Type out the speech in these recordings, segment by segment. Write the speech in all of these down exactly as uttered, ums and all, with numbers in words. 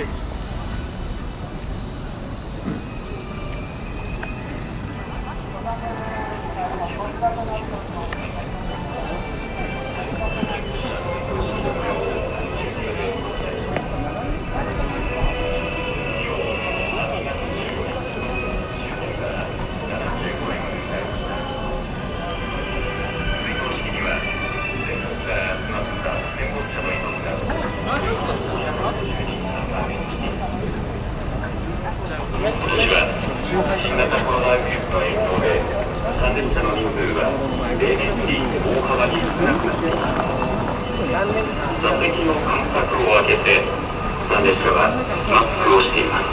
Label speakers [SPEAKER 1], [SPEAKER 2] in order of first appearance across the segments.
[SPEAKER 1] 新型コロナウイルスの影響で参列者の人数が例年より大幅に少なくなっています。座席の間隔を空けて参列者はマスクをしています。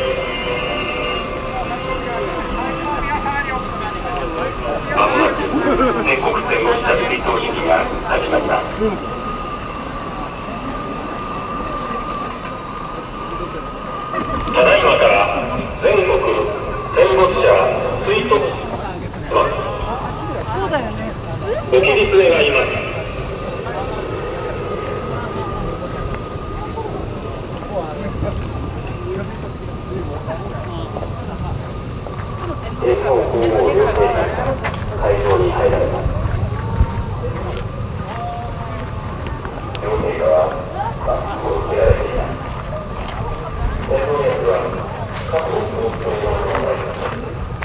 [SPEAKER 1] まもなく全国戦没者追悼式が始まります。ただいまから全国戦没者追悼
[SPEAKER 2] そうだよね。
[SPEAKER 1] ご起立願います。天皇皇后両陛下が会場に入られます。両陛下はマスクを受けられています。天皇役は加藤東京のお願いします。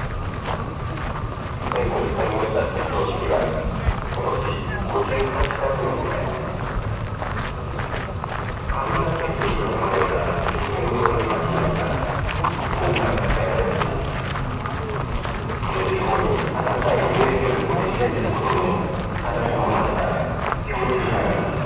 [SPEAKER 1] 全国戦没者追悼式はこの日ごせんはっかくを迎えます。神奈川県の前から天皇の祭りが今回迎えられます。よじはんにあなたが見えるご自身のことをただいまから表示されます。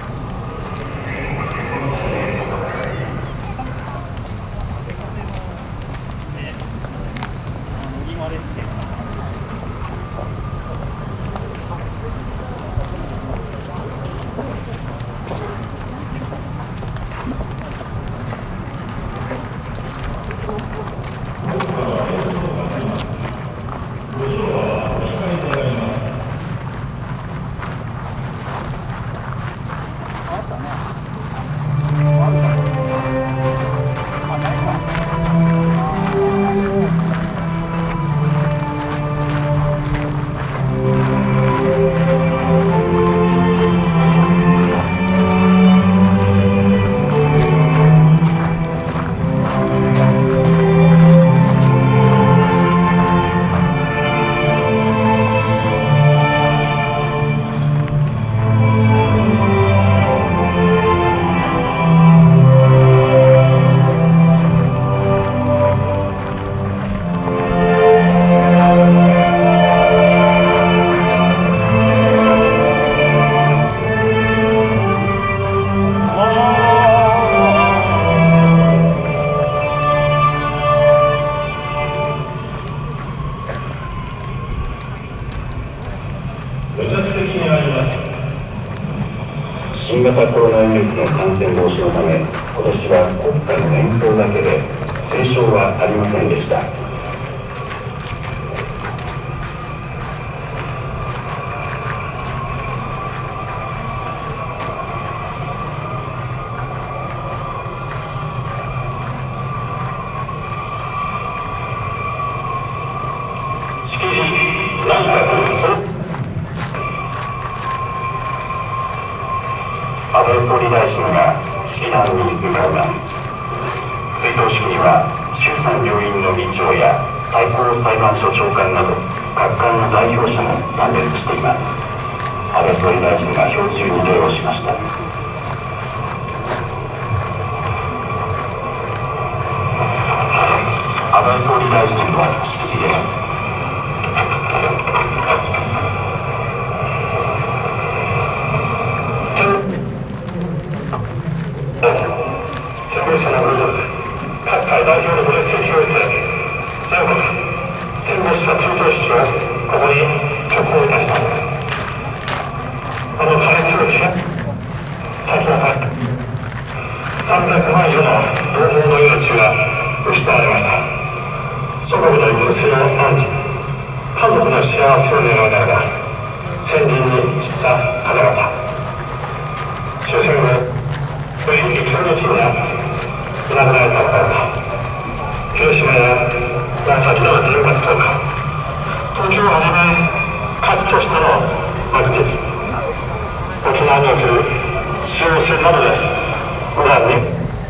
[SPEAKER 1] 新型コロナウイルスの感染防止のため、今年は国歌の演奏だけで斉唱はありませんでした。安倍総理大臣が式壇に向かいます。追悼式には衆参両院の議長や最高裁判所長官など各界の代表者も参列しています。安倍総理大臣が表忠に礼をしました。安倍総理大臣の式辞で各界代表のご列席を得て、全国戦没者追悼式をここに挙行いたします。この破裂を機に、先ほどさんびゃくまん以上の同胞の命が失われました。祖国の許しの安置、家族の幸せを願うながら、戦輪に散った方々、終戦後、無事にその日にあって、 いなくなられたのか。広島や長崎のじゅうがつとおか、東京をはじめ各都市での爆撃、沖縄における使用戦などでウランに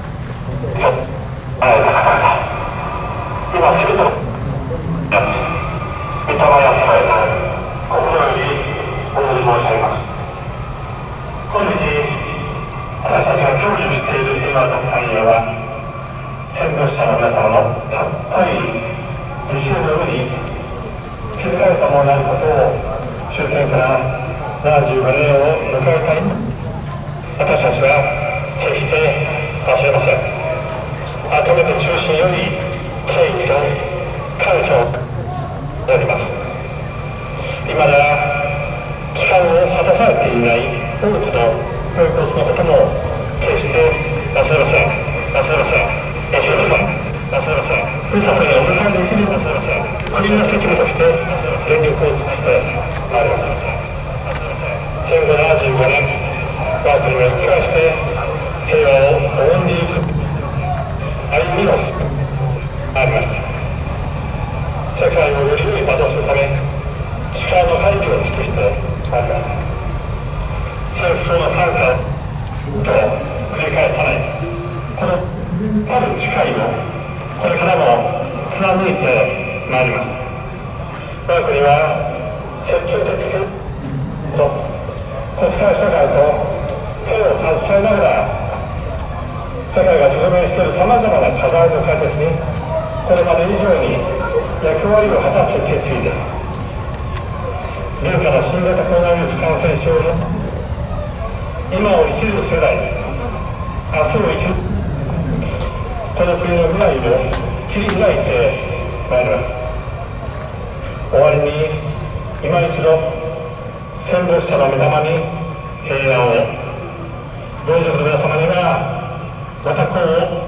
[SPEAKER 1] あえた方々、今すべてのやつ、御霊やさえと心よりお祈り申し上げます。本日私たちが享受している今の繁栄は、戦没者の皆様のたっぷり理性の上に築かれたものであることを終戦からななじゅうごねんを迎えたい私たちは決して忘れません。改めて中心より敬意と感謝をしております。今では期間を果たされていない多くのご遺骨のことも決して忘れません。忘れません。忘れません。忘れません。ふるさとにお迎えできる忘れません。国の責務として全力を尽くしてまいります。戦後ななじゅうごねん、我が国が生き返して平和を応援に行く歩みをまいりました。世界をより良い場とするため、力の配慮を尽くしてまいります。戦争の惨禍と繰り返さない、このある誓いをこれからも貫いてまいります。我が国は積極的と国際社会と手を携えながら、世界が直面しているさまざまな課題の解決にこれまで以上に役割を果たす決意です。流化の新型コロナウイルス感染症の今を生きる世代、明日を生きるこの国の未来を切り開いてまいります。終わりに今一度戦没者の皆様に平安を、ご遺族の皆様にはご多幸を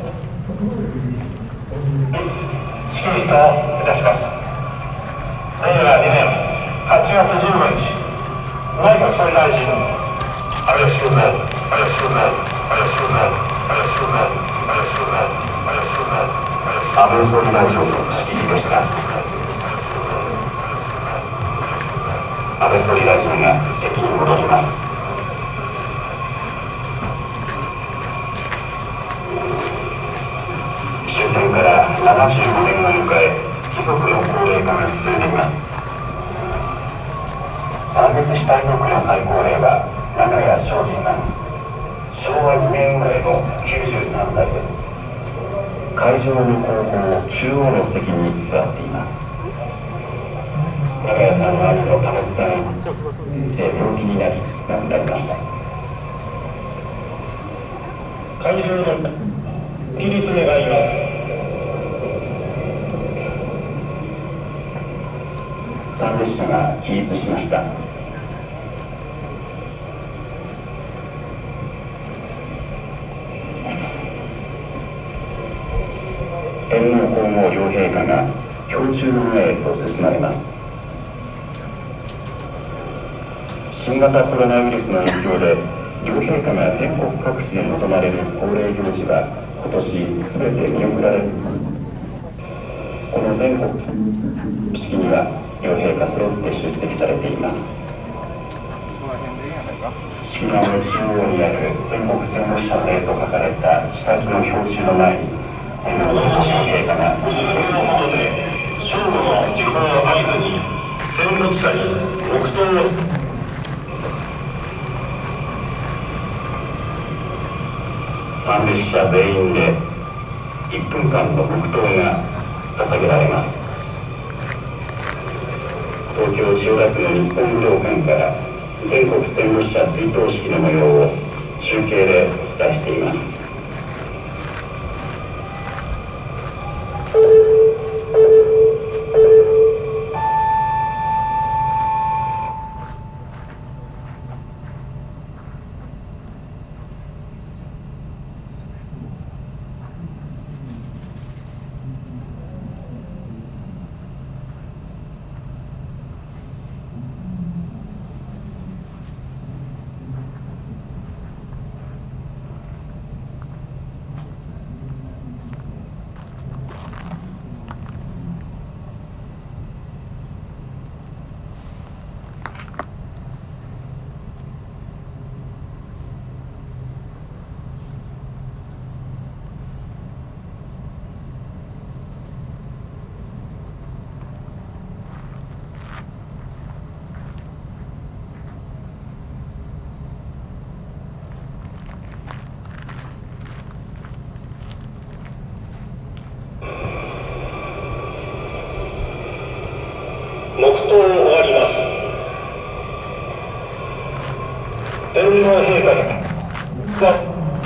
[SPEAKER 1] 祝意といたします。令和にねんはちがつじゅうごにち、内閣総理大臣安倍晋三、安倍晋三、安倍晋三、安倍晋三、安倍晋三、安倍総理大臣の指揮でした。安倍総理大臣が席に戻ります。終戦からななじゅうごねんを迎え、貴族の高齢化が進んでいます。参列した遺族の最高齢は長屋昌司さん、しょうわにねん生まれのきゅうじゅうさんさいです。会場の後方中央の席に座っています。長屋さんは兄の保さん、病気になり亡くなりました。会場の起立願います。参列者が起立しました。天皇皇后両陛下が胸中の前へと進まれます。新型コロナウイルスの影響で両陛下が全国各地で望まれる恒例行事は今年すべて見送られる。この全国式には両陛下揃って出席されています。式壇の中央にある全国戦没者名と書かれた下地の表紙の前に天皇皇后両陛下がその下で正午の時報を合図に戦没者に黙祷を参列者全員でいっぷんかんの黙祷が捧げられます。東京千代田区の日本武道館から全国戦没者追悼式の模様を中継でお伝えしています。 天皇陛下が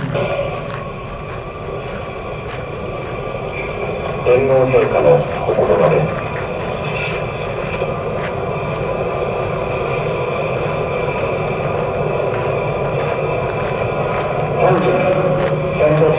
[SPEAKER 1] 天皇陛下のお言葉です。本日、戦後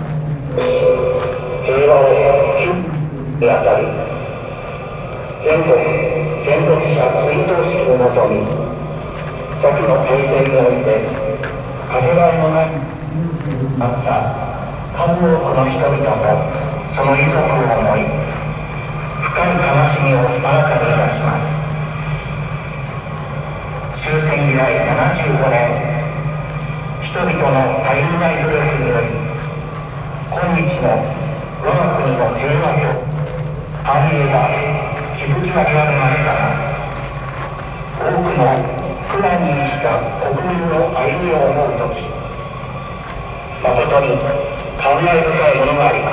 [SPEAKER 1] 平和を守にあたり、全国戦没者追悼式をもとに、先の平成において、かけがえのないあった数多くの人々と、その遺族を思い、深い悲しみを新たにいたします。終戦以来ななじゅうごねん、人々のたゆみない努力により、今日の我が国の平和と繁栄が築き上げられましたが、多くの苦難に満ちた国民の歩みを思うとき、誠に感慨深いものがあります。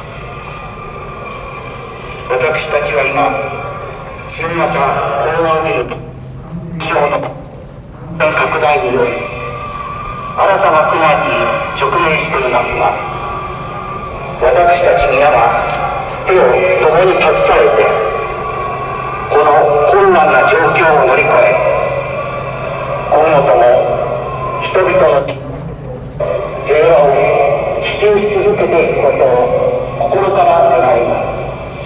[SPEAKER 1] 私たちは今、新型コロナウイルス症の拡大により、新たな苦難に直面していますが、私たち皆が手を共に携えて、この困難な状況を乗り越え、今後とも人々の平和を支柱し続けていくことを心から願います。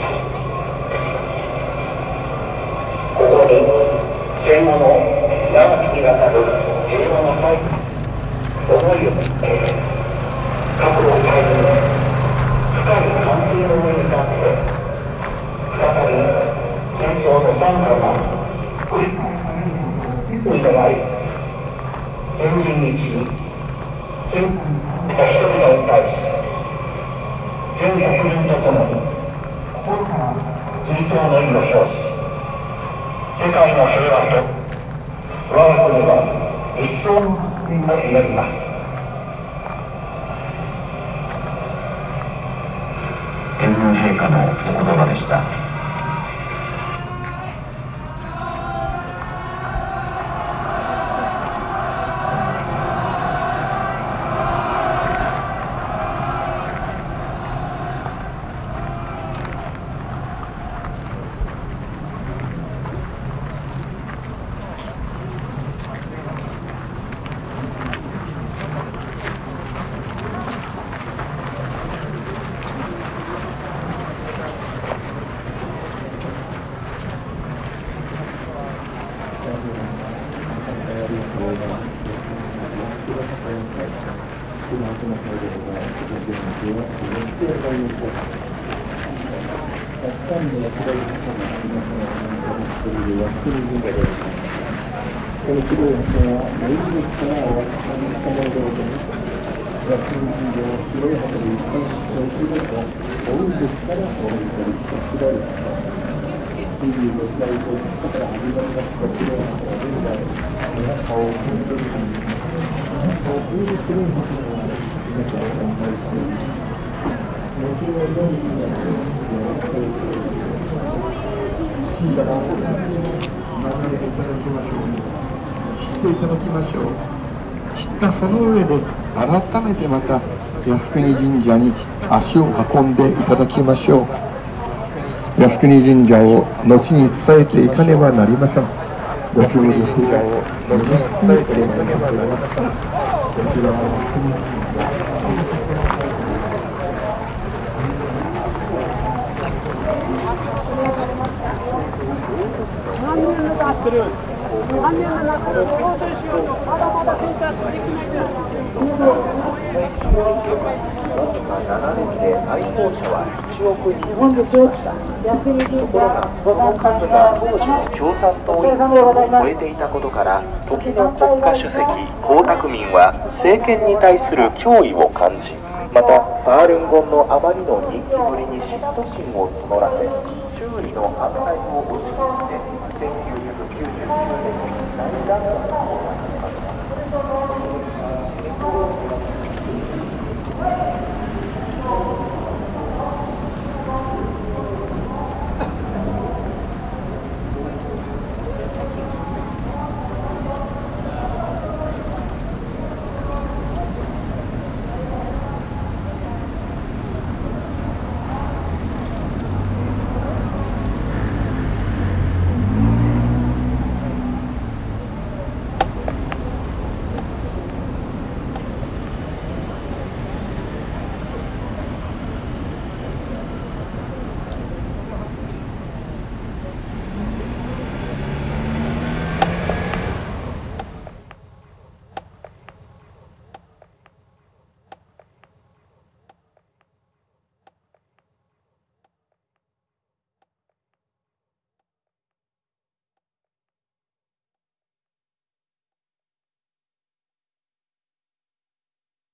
[SPEAKER 1] ここに戦後の長きにわたる平和の再思いを持って過去を変えず深い関係の上に立って再び戦争の惨禍が繰り返り願い先人に地に戦った人々に対し全国民とともに心から追悼の意を表し世界の平和と我が国の一層の発展を祈ります。天皇陛下のお言葉でした。
[SPEAKER 2] その上で改めてまた靖国神社に足を運んでいただきましょう。靖国神社を後に伝えていかねばなりません。靖国神社を後に伝えていかねばなりません。こちらは靖国神社。
[SPEAKER 3] 何年目が合ってる何年目が合ってる調整しようとまだまだ検査しできないで
[SPEAKER 4] ななねんで来訪者はいちおくにんに達しました。ところがその数が当時の共産党員を超えていたことから時の国家主席江沢民は政権に対する脅威を感じ、またファールンゴンのあまりの人気ぶりに嫉妬心を募らせ周囲の反対を押し